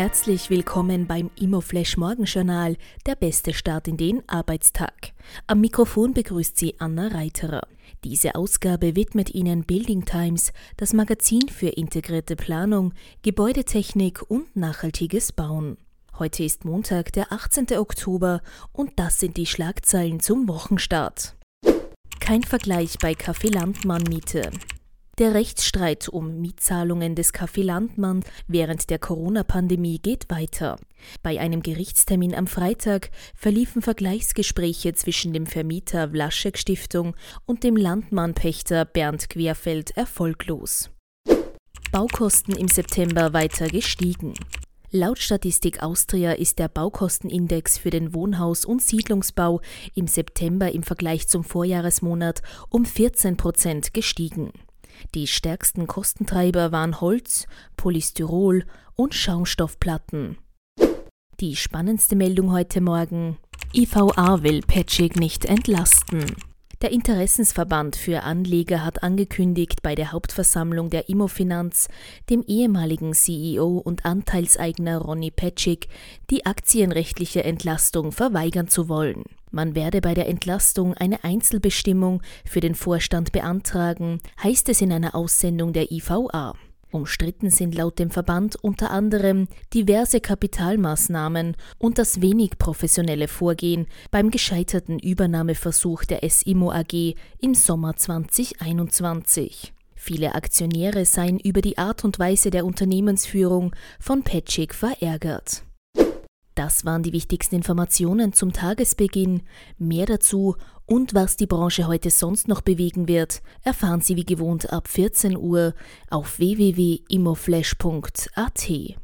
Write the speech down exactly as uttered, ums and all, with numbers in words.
Herzlich willkommen beim Immoflash Morgenjournal, der beste Start in den Arbeitstag. Am Mikrofon begrüßt Sie Anna Reiterer. Diese Ausgabe widmet Ihnen Building Times, das Magazin für integrierte Planung, Gebäudetechnik und nachhaltiges Bauen. Heute ist Montag, der achtzehnten Oktober, und das sind die Schlagzeilen zum Wochenstart. Kein Vergleich bei Café Landmann Miete. Der Rechtsstreit um Mietzahlungen des Café Landmann während der Corona-Pandemie geht weiter. Bei einem Gerichtstermin am Freitag verliefen Vergleichsgespräche zwischen dem Vermieter Vlaschek Stiftung und dem Landmann-Pächter Bernd Querfeld erfolglos. Baukosten im September weiter gestiegen. Laut Statistik Austria ist der Baukostenindex für den Wohnhaus- und Siedlungsbau im September im Vergleich zum Vorjahresmonat um vierzehn Prozent gestiegen. Die stärksten Kostentreiber waren Holz, Polystyrol und Schaumstoffplatten. Die spannendste Meldung heute Morgen: I V A will Petschig nicht entlasten. Der Interessensverband für Anleger hat angekündigt, bei der Hauptversammlung der Immofinanz dem ehemaligen C E O und Anteilseigner Ronny Petschig die aktienrechtliche Entlastung verweigern zu wollen. Man werde bei der Entlastung eine Einzelbestimmung für den Vorstand beantragen, heißt es in einer Aussendung der I V A. Umstritten sind laut dem Verband unter anderem diverse Kapitalmaßnahmen und das wenig professionelle Vorgehen beim gescheiterten Übernahmeversuch der S-Immo A G im Sommer zwanzig einundzwanzig. Viele Aktionäre seien über die Art und Weise der Unternehmensführung von Petschig verärgert. Das waren die wichtigsten Informationen zum Tagesbeginn. Mehr dazu und was die Branche heute sonst noch bewegen wird, erfahren Sie wie gewohnt ab vierzehn Uhr auf w w w punkt immoflash punkt a t.